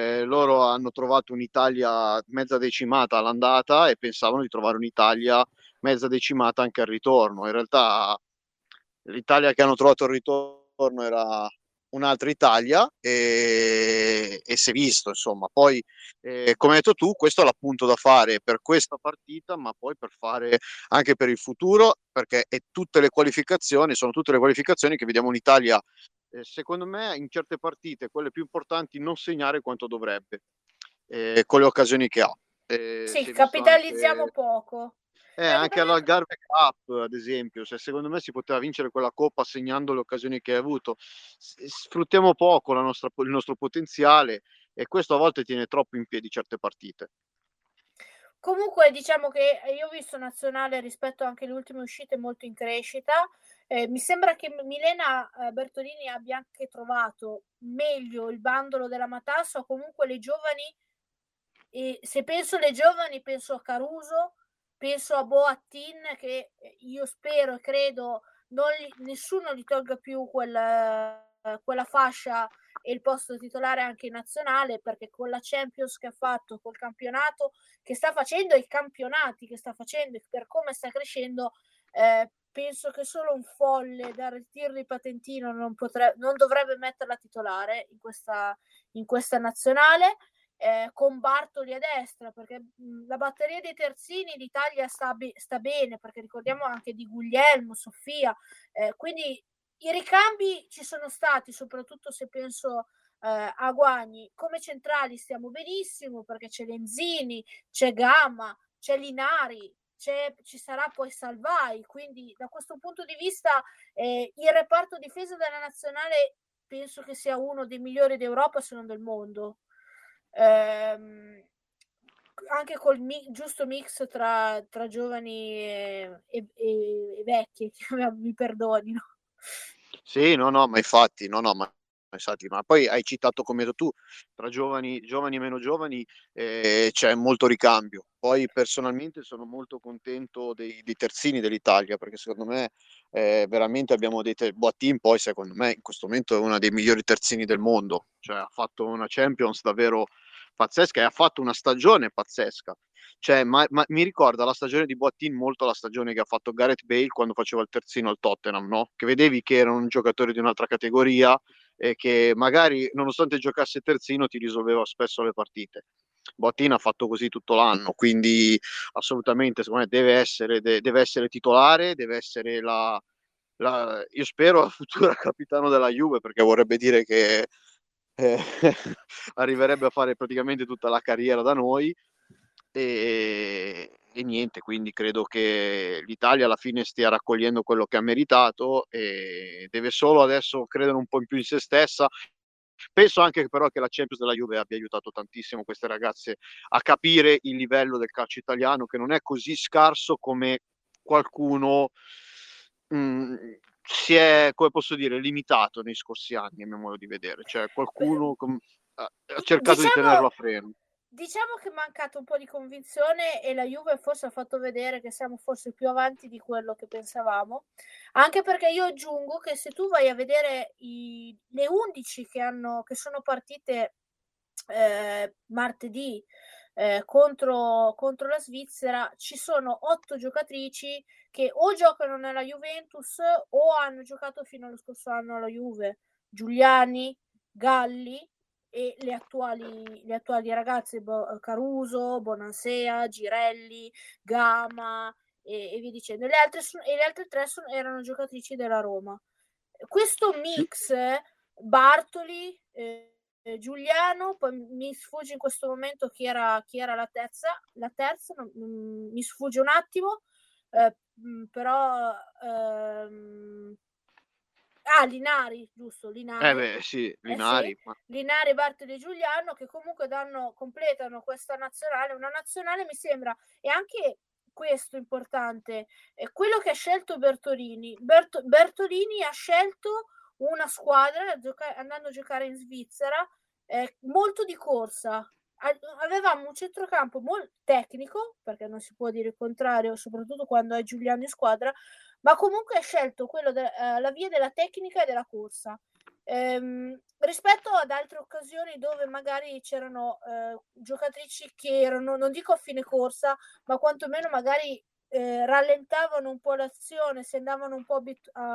loro hanno trovato un'Italia mezza decimata all'andata e pensavano di trovare un'Italia mezza decimata anche al ritorno. In realtà l'Italia che hanno trovato al ritorno era un'altra Italia e si è visto, insomma. Poi, come hai detto tu, questo è l'appunto da fare per questa partita, ma poi per fare anche per il futuro, perché sono tutte le qualificazioni che vediamo in Italia, secondo me, in certe partite, quelle più importanti, non segnare quanto dovrebbe, con le occasioni che ha. Sì, Si è visto capitalizziamo anche poco. Anche anche perché all'Algarve Cup, ad esempio, cioè, secondo me si poteva vincere quella coppa segnando le occasioni che hai avuto. Sfruttiamo poco il nostro potenziale e questo a volte tiene troppo in piedi certe partite. comunque diciamo che io ho visto Nazionale rispetto anche alle ultime uscite molto in crescita. Mi sembra che Milena Bertolini abbia anche trovato meglio il bandolo della Matassa o comunque le giovani. E se penso alle giovani, penso a Caruso, penso a Boattin, che io spero e credo nessuno gli tolga più quella fascia e il posto titolare anche in nazionale, perché con la Champions che ha fatto, col campionato che sta facendo e i campionati che sta facendo e per come sta crescendo, penso che solo un folle da ritirli patentino non dovrebbe metterla titolare in questa nazionale. Con Bartoli a destra, perché la batteria dei terzini l'Italia sta bene, perché ricordiamo anche di Guglielmo, Sofia, quindi i ricambi ci sono stati, soprattutto se penso a Guagni. Come centrali stiamo benissimo, perché c'è Lenzini, c'è Gama, c'è Linari, ci sarà poi Salvai, quindi da questo punto di vista il reparto difesa della nazionale penso che sia uno dei migliori d'Europa, se non del mondo. Anche col giusto mix tra giovani e vecchi, mi perdonino. Sì, no, no, ma infatti, no, no, ma poi hai citato come hai detto tu, tra giovani e meno giovani, c'è molto ricambio. Poi personalmente sono molto contento dei terzini dell'Italia, perché secondo me, veramente abbiamo Boattin poi secondo me in questo momento è uno dei migliori terzini del mondo, cioè ha fatto una Champions davvero pazzesca e ha fatto una stagione pazzesca. Cioè, mi ricorda la stagione di Boattin molto la stagione che ha fatto Gareth Bale quando faceva il terzino al Tottenham, no? Che vedevi che era un giocatore di un'altra categoria e che magari, nonostante giocasse terzino, ti risolveva spesso le partite. Boattin ha fatto così tutto l'anno, quindi assolutamente, secondo me, deve essere titolare, deve essere io spero la futura capitano della Juve, perché vorrebbe dire che eh, arriverebbe a fare praticamente tutta la carriera da noi e niente, quindi credo che l'Italia alla fine stia raccogliendo quello che ha meritato e deve solo adesso credere un po' in più in se stessa. Penso anche però che la Champions della Juve abbia aiutato tantissimo queste ragazze a capire il livello del calcio italiano, che non è così scarso come qualcuno si è, come posso dire, limitato nei scorsi anni, a mio modo di vedere. Cioè qualcuno ha cercato di tenerlo a Diciamo, freno. diciamo che è mancato un po' di convinzione e la Juve forse ha fatto vedere che siamo forse più avanti di quello che pensavamo, anche perché io aggiungo che se tu vai a vedere le 11 che sono partite martedì contro la Svizzera, ci sono 8 giocatrici che o giocano nella Juventus o hanno giocato fino allo scorso anno alla Juve. Giuliani, Galli e le attuali ragazze Caruso, Bonansea, Girelli, Gama e via dicendo. Le altre tre erano giocatrici della Roma. Questo Sì. mix, Bartoli, Giuliano, poi mi sfugge in questo momento chi era la terza mi sfugge un attimo, però Linari, giusto, Linari. Beh, sì, Sì, Linari, ma Linari, Bartoli e Giuliano che comunque completano questa nazionale, una nazionale mi sembra, e anche questo importante, quello che ha scelto Bertolini. Bertolini ha scelto una squadra andando a giocare in Svizzera molto di corsa. Avevamo un centrocampo molto tecnico, perché non si può dire il contrario, soprattutto quando hai Giuliano in squadra, ma comunque ha scelto la via della tecnica e della corsa. Rispetto ad altre occasioni dove magari c'erano giocatrici che erano, non dico a fine corsa, ma quantomeno magari rallentavano un po' l'azione, si andavano un po'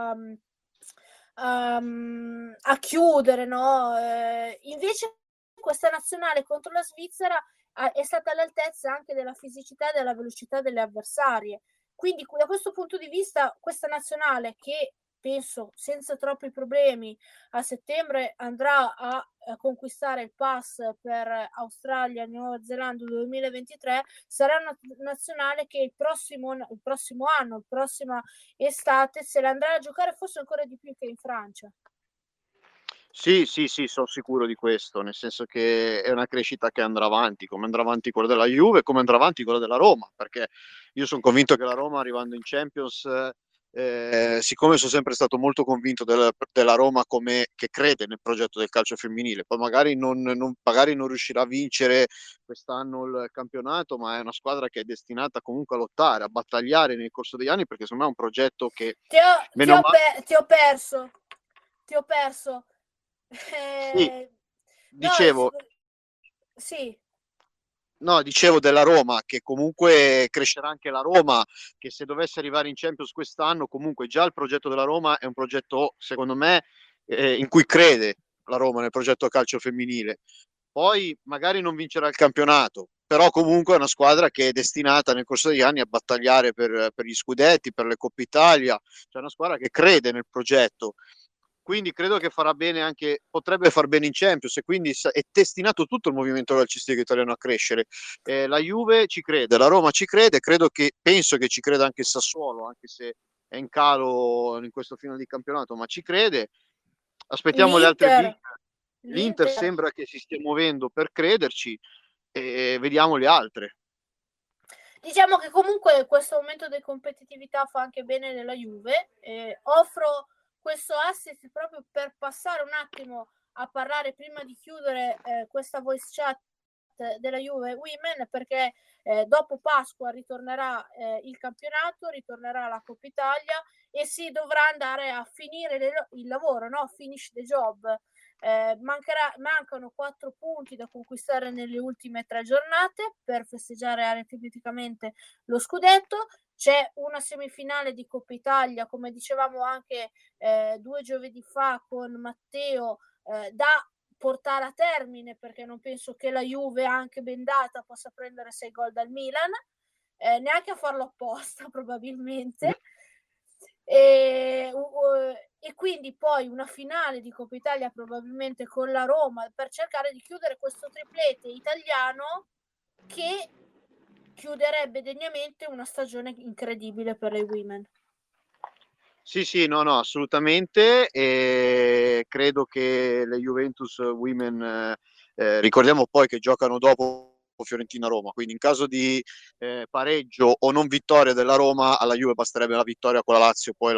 a chiudere, no? Invece questa nazionale contro la Svizzera è stata all'altezza anche della fisicità e della velocità delle avversarie. Quindi da questo punto di vista questa nazionale, che penso senza troppi problemi a settembre andrà a conquistare il pass per Australia, Nuova Zelanda 2023, sarà una nazionale che il prossimo anno, la prossima estate, se la andrà a giocare forse ancora di più che in Francia. Sì, sì, sì, sono sicuro di questo, nel senso che è una crescita che andrà avanti, come andrà avanti quella della Juve, come andrà avanti quella della Roma, perché io sono convinto che la Roma arrivando in Champions, siccome sono sempre stato molto convinto della Roma come che crede nel progetto del calcio femminile, poi magari non riuscirà a vincere quest'anno il campionato, ma è una squadra che è destinata comunque a lottare, a battagliare nel corso degli anni, perché secondo me è un progetto che Ti ho perso. Sì, No, dicevo, sì. no, dicevo della Roma, che comunque crescerà anche la Roma, che se dovesse arrivare in Champions quest'anno, comunque già il progetto della Roma è un progetto, secondo me, in cui crede la Roma nel progetto calcio femminile. Poi magari non vincerà il campionato, però comunque è una squadra che è destinata nel corso degli anni a battagliare per gli scudetti, per le Coppe Italia, cioè una squadra che crede nel progetto. Quindi credo che farà bene anche, potrebbe far bene in Champions, e quindi è destinato tutto il movimento calcistico italiano a crescere. La Juve ci crede, la Roma ci crede, penso che ci creda anche il Sassuolo, anche se è in calo in questo finale di campionato, ma ci crede. Aspettiamo le altre big. L'Inter L'Inter. sembra che si stia muovendo per crederci, e vediamo le altre. Diciamo che comunque questo aumento di competitività fa anche bene nella Juve. Offro questo assist proprio per passare un attimo a parlare, prima di chiudere questa voice chat della Juve Women, perché dopo Pasqua ritornerà il campionato, ritornerà la Coppa Italia e si dovrà andare a finire il lavoro, no? Finish the job. Mancano 4 punti da conquistare nelle ultime 3 giornate per festeggiare aritmeticamente lo scudetto. C'è una semifinale di Coppa Italia, come dicevamo anche 2 giovedì fa con Matteo, da portare a termine, perché non penso che la Juve, anche bendata, possa prendere 6 gol dal Milan, neanche a farlo apposta probabilmente. E quindi poi una finale di Coppa Italia probabilmente con la Roma, per cercare di chiudere questo triplete italiano che chiuderebbe degnamente una stagione incredibile per le women. Sì, sì, no, no, assolutamente. E credo che le Juventus Women, ricordiamo poi che giocano dopo Fiorentina-Roma, quindi in caso di pareggio o non vittoria della Roma, alla Juve basterebbe la vittoria con la Lazio poi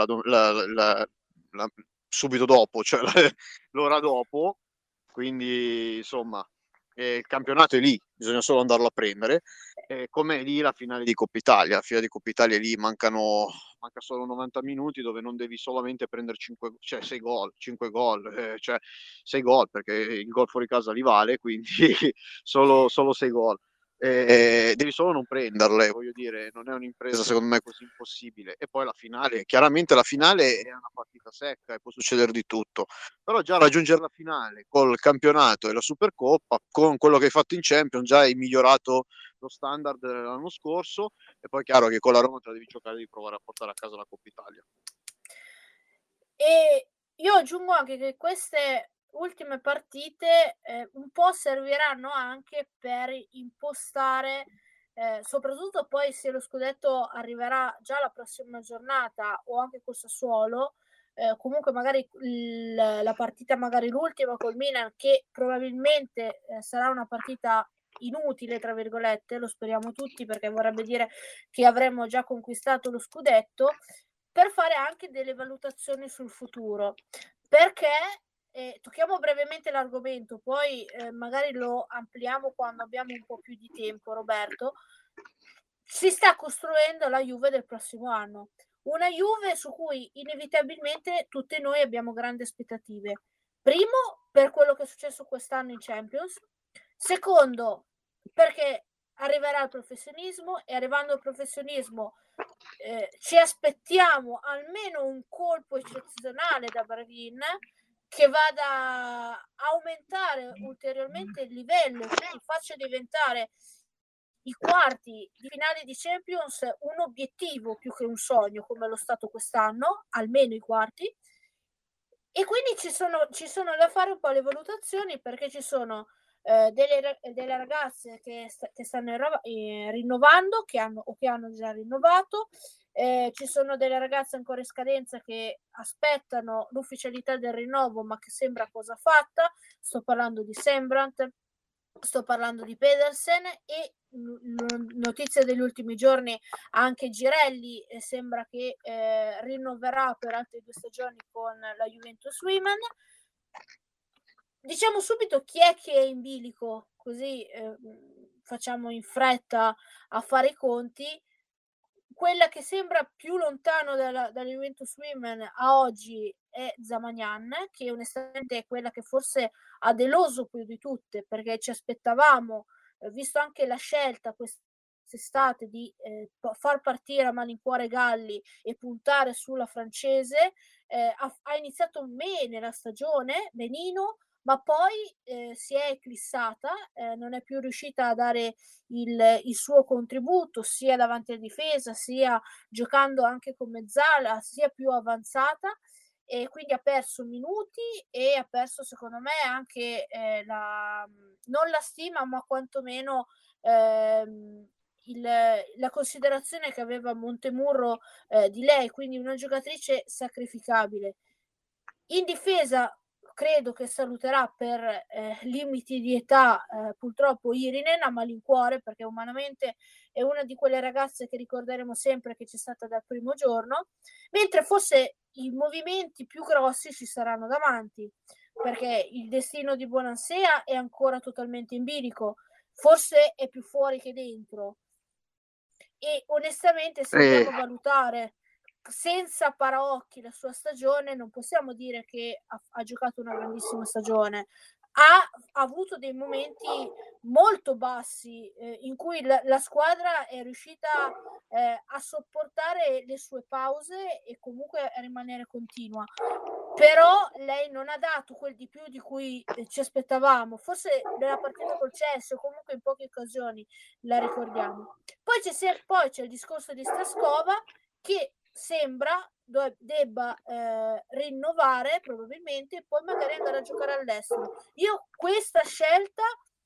subito dopo, cioè l'ora dopo. Quindi insomma, il campionato è lì, bisogna solo andarlo a prendere. Come lì la finale di Coppa Italia. La finale di Coppa Italia lì manca solo 90 minuti, dove non devi solamente prendere 6 gol, 5 gol, cioè 6 gol, perché il gol fuori casa li vale, quindi solo 6 gol. Devi solo non prenderle, voglio dire, non è un'impresa secondo me così impossibile. E poi la finale, chiaramente la finale è una partita secca e può succedere di tutto, però già raggiungere la finale col campionato e la Supercoppa, con quello che hai fatto in Champions, già hai migliorato lo standard dell'anno scorso, e poi è chiaro che con la Roma te la devi giocare, di provare a portare a casa la Coppa Italia. E io aggiungo anche che queste ultime partite un po' serviranno anche per impostare, soprattutto poi se lo scudetto arriverà già la prossima giornata o anche col Sassuolo, comunque magari la partita, magari l'ultima col Milan, che probabilmente sarà una partita inutile, tra virgolette, lo speriamo tutti, perché vorrebbe dire che avremmo già conquistato lo scudetto, per fare anche delle valutazioni sul futuro, perché tocchiamo brevemente l'argomento, poi magari lo ampliamo quando abbiamo un po' più di tempo, Roberto. Si sta costruendo la Juve del prossimo anno, una Juve su cui inevitabilmente tutti noi abbiamo grandi aspettative. Primo, per quello che è successo quest'anno in Champions. Secondo, perché arriverà il professionismo, e arrivando al professionismo ci aspettiamo almeno un colpo eccezionale da Berlin che vada a aumentare ulteriormente il livello e quindi faccia diventare i quarti di finale di Champions un obiettivo più che un sogno, come lo stato quest'anno, almeno i quarti. E quindi ci sono da fare un po' le valutazioni, perché ci sono delle ragazze che stanno rinnovando, che hanno già rinnovato. Ci sono delle ragazze ancora in scadenza che aspettano l'ufficialità del rinnovo, ma che sembra cosa fatta. Sto parlando di Sembrant, sto parlando di Pedersen, e notizie degli ultimi giorni anche Girelli sembra che rinnoverà per altre 2 stagioni con la Juventus Women. Diciamo subito chi è che è in bilico, così facciamo in fretta a fare i conti. Quella che sembra più lontano dalla Juventus Women a oggi è Zamagnan, che onestamente è quella che forse ha deluso più di tutte, perché ci aspettavamo, visto anche la scelta quest'estate di far partire a malincuore Galli e puntare sulla francese. Ha iniziato bene la stagione, benino, ma poi si è eclissata, non è più riuscita a dare il suo contributo sia davanti alla difesa, sia giocando anche con mezzala, sia più avanzata, e quindi ha perso minuti e ha perso secondo me anche non la stima, ma quantomeno la considerazione che aveva Montemurro di lei, quindi una giocatrice sacrificabile. In difesa credo che saluterà per limiti di età purtroppo Irinen a malincuore, perché umanamente è una di quelle ragazze che ricorderemo sempre, che c'è stata dal primo giorno, mentre forse i movimenti più grossi ci saranno davanti, perché il destino di Bonansea è ancora totalmente in bilico, forse è più fuori che dentro, e onestamente se andiamo a valutare senza paraocchi la sua stagione, non possiamo dire che ha giocato una grandissima stagione. Ha avuto dei momenti molto bassi in cui la squadra è riuscita a sopportare le sue pause e comunque a rimanere continua, però lei non ha dato quel di più di cui ci aspettavamo, forse nella partita col Chelsea o comunque in poche occasioni la ricordiamo. Poi c'è il discorso di Staskova, che sembra debba rinnovare probabilmente e poi magari andare a giocare all'estero. Io questa scelta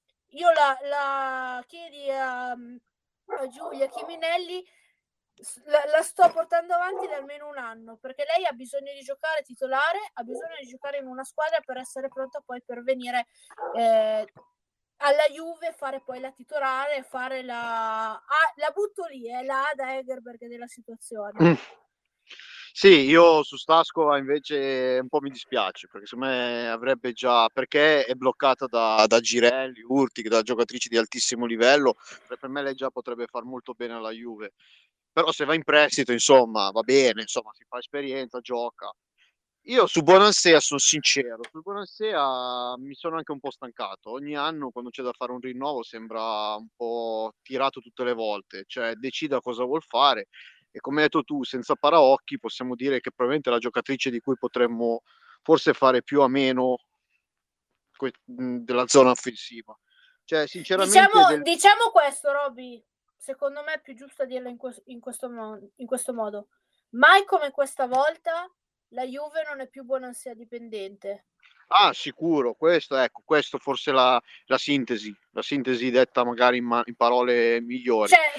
la chiedi a Giulia Chiminelli, la sto portando avanti da almeno un anno, perché lei ha bisogno di giocare titolare, ha bisogno di giocare in una squadra per essere pronta poi per venire alla Juve, fare poi la titolare, fare la butto lì, la Ada Egerberg della situazione. Sì, io su Staskova invece un po' mi dispiace, perché secondo me avrebbe già, perché è bloccata da Girelli, Urti, da giocatrici di altissimo livello, per me lei già potrebbe far molto bene alla Juve. Però se va in prestito, insomma, va bene, insomma, si fa esperienza, gioca. Io su Bonansea sono sincero, su Bonansea mi sono anche un po' stancato. Ogni anno quando c'è da fare un rinnovo sembra un po' tirato tutte le volte, cioè decida cosa vuol fare, e come hai detto tu, senza paraocchi possiamo dire che probabilmente è la giocatrice di cui potremmo forse fare più a meno della zona offensiva. Cioè, sinceramente diciamo questo, Roby, secondo me è più giusto dirlo in questo modo. Mai come questa volta la Juve non è più Bonansea dipendente. Ah, sicuro, questo forse la sintesi detta magari in parole migliori. Cioè,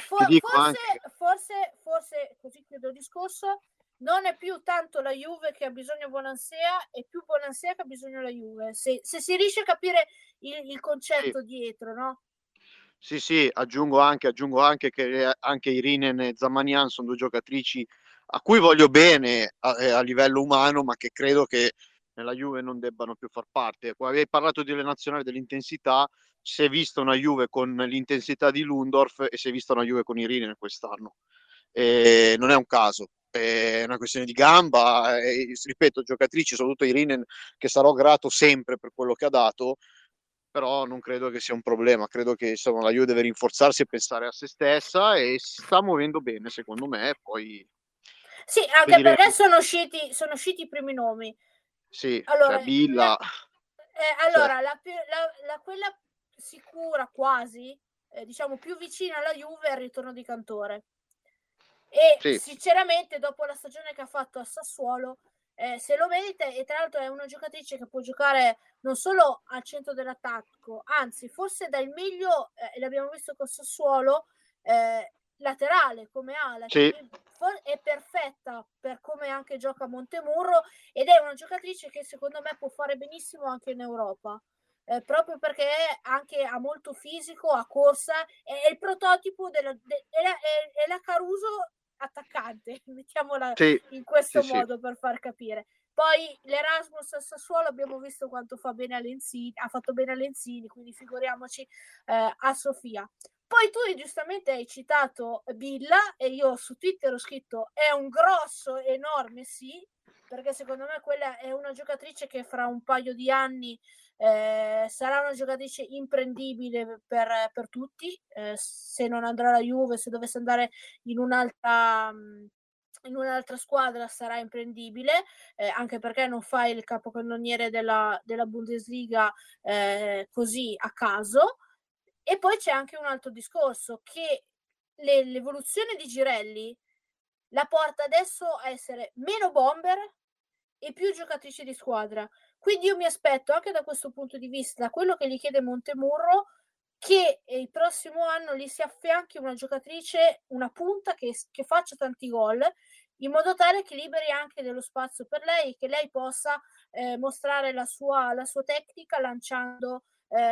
forse, così chiudo il discorso, non è più tanto la Juve che ha bisogno di Bonansea, è più Bonansea che ha bisogno della Juve. Se si riesce a capire il concetto sì. dietro, no? Sì, aggiungo anche che anche Irinen e Zamanian sono due giocatrici a cui voglio bene a livello umano, ma che credo che nella Juve non debbano più far parte. Quando avevi parlato delle nazionali, dell'intensità, si è vista una Juve con l'intensità di Lundorf e si è vista una Juve con Irinen quest'anno. E non è un caso, è una questione di gamba. Ripeto, giocatrici, soprattutto Irinen, che sarò grato sempre per quello che ha dato, però non credo che sia un problema. Credo che insomma la Juve deve rinforzarsi e pensare a se stessa e si sta muovendo bene secondo me, poi Sì, anche perché vedremo. sono usciti i primi nomi. Sì, cioè Allora, Villa, cioè quella sicura quasi, diciamo più vicina alla Juve è il ritorno di Cantore. E sì, sinceramente dopo la stagione che ha fatto a Sassuolo se lo merita, e tra l'altro è una giocatrice che può giocare non solo al centro dell'attacco, anzi forse dà il meglio, e l'abbiamo visto con Sassuolo, laterale come ala, sì, quindi è perfetta per come anche gioca Montemurro, ed è una giocatrice che secondo me può fare benissimo anche in Europa. Proprio perché anche ha molto fisico, ha corsa, è il prototipo è la Caruso attaccante, mettiamola sì, in sì, questo sì. modo per far capire. Poi l'Erasmus a Sassuolo abbiamo visto quanto fa bene a Lenzini, ha fatto bene a Lenzini, quindi figuriamoci a Sofia. Poi tu giustamente hai citato Billa e io su Twitter ho scritto è un grosso, enorme sì, perché secondo me quella è una giocatrice che fra un paio di anni sarà una giocatrice imprendibile per tutti, se non andrà alla Juve, se dovesse andare in un'altra squadra sarà imprendibile, anche perché non fa il capocannoniere della Bundesliga così a caso. E poi c'è anche un altro discorso, che l'evoluzione di Girelli la porta adesso a essere meno bomber e più giocatrice di squadra. Quindi io mi aspetto anche da questo punto di vista, da quello che gli chiede Montemurro, che il prossimo anno gli si affianchi una giocatrice, una punta che faccia tanti gol, in modo tale che liberi anche dello spazio per lei, che lei possa mostrare la sua tecnica lanciando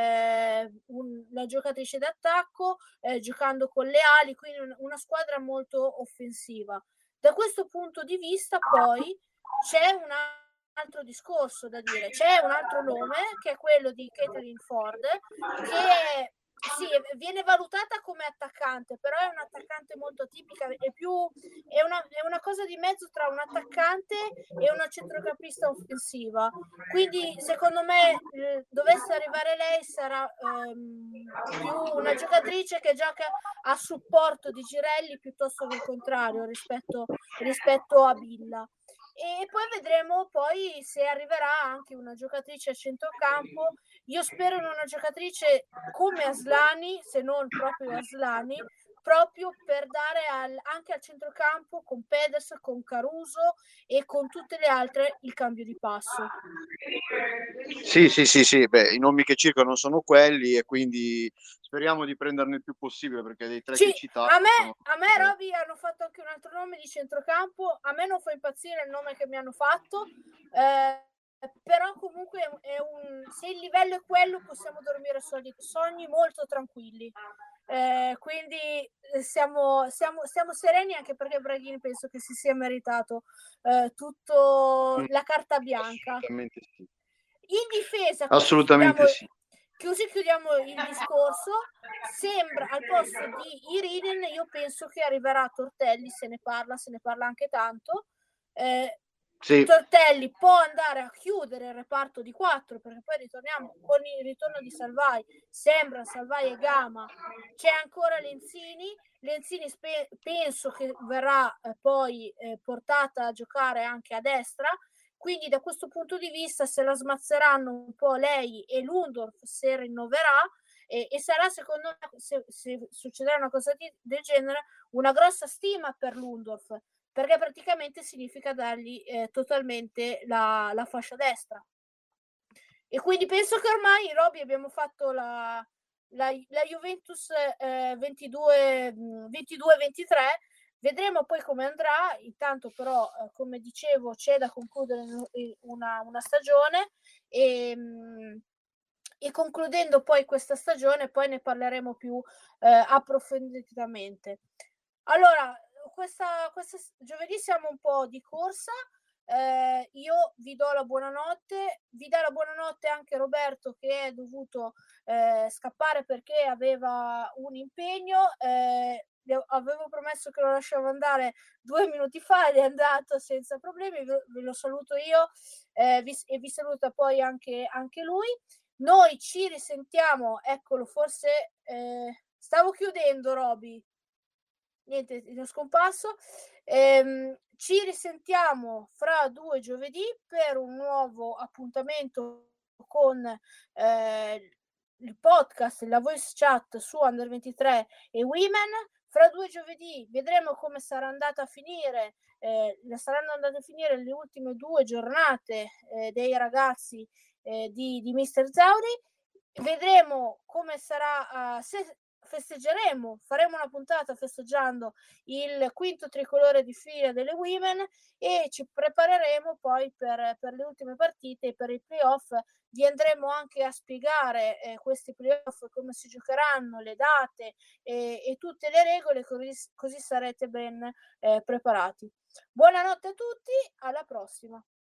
la giocatrice d'attacco, giocando con le ali, quindi una squadra molto offensiva. Da questo punto di vista poi c'è un altro discorso da dire, c'è un altro nome che è quello di Caitlin Ford, che sì, viene valutata come attaccante, però è un'attaccante molto tipica, è una cosa di mezzo tra un attaccante e una centrocampista offensiva. Quindi secondo me dovesse arrivare lei sarà più una giocatrice che gioca a supporto di Girelli piuttosto che il contrario rispetto a Billa. E poi vedremo poi se arriverà anche una giocatrice a centrocampo. Io spero in una giocatrice come Aslani, se non proprio Aslani, proprio per dare anche al centrocampo con Peders, con Caruso e con tutte le altre il cambio di passo. Sì, sì, sì, sì, beh, i nomi che circolano sono quelli e quindi speriamo di prenderne il più possibile perché dei tre Sì, che citate a sono... me Roby hanno fatto anche un altro nome di centrocampo, a me non fa impazzire il nome che mi hanno fatto, però comunque se il livello è quello possiamo dormire sogni molto tranquilli. Quindi siamo sereni, anche perché Braghini penso che si sia meritato tutto la carta bianca. Assolutamente sì. In difesa, Assolutamente sì. così chiudiamo il discorso. Sembra al posto di Irinen, io penso che arriverà Tortelli, se ne parla anche tanto. Sì, Tortelli può andare a chiudere il reparto di 4, perché poi ritorniamo con il ritorno di Salvai, sembra Salvai e Gama, c'è ancora Lenzini penso che verrà poi portata a giocare anche a destra, quindi da questo punto di vista se la smazzeranno un po' lei e Lundorf se rinnoverà, e sarà secondo me, se succederà una cosa del genere, una grossa stima per Lundorf, perché praticamente significa dargli totalmente la fascia destra. E quindi penso che ormai, Roby, abbiamo fatto la Juventus 22-23. Vedremo poi come andrà. Intanto però, come dicevo, c'è da concludere una stagione e concludendo poi questa stagione poi ne parleremo più approfonditamente. Allora, questa giovedì siamo un po' di corsa. Io vi do la buonanotte, vi dà la buonanotte anche Roberto, che è dovuto scappare perché aveva un impegno. Avevo promesso che lo lasciavo andare 2 minuti fa ed è andato senza problemi. Ve lo saluto io e vi saluta poi anche lui. Noi ci risentiamo, eccolo, forse stavo chiudendo, Roby. Niente, è scomparso. Ci risentiamo fra 2 giovedì per un nuovo appuntamento con il podcast, la voice chat su Under 23 e Women. Fra 2 giovedì vedremo come sarà andata a finire, saranno andate a finire le ultime 2 giornate dei ragazzi di Mister Zauri. Vedremo come sarà, se faremo una puntata festeggiando il quinto tricolore di fila delle Women e ci prepareremo poi per le ultime partite e per i playoff. Vi andremo anche a spiegare questi playoff, come si giocheranno, le date e tutte le regole, così sarete ben preparati. Buonanotte a tutti, alla prossima.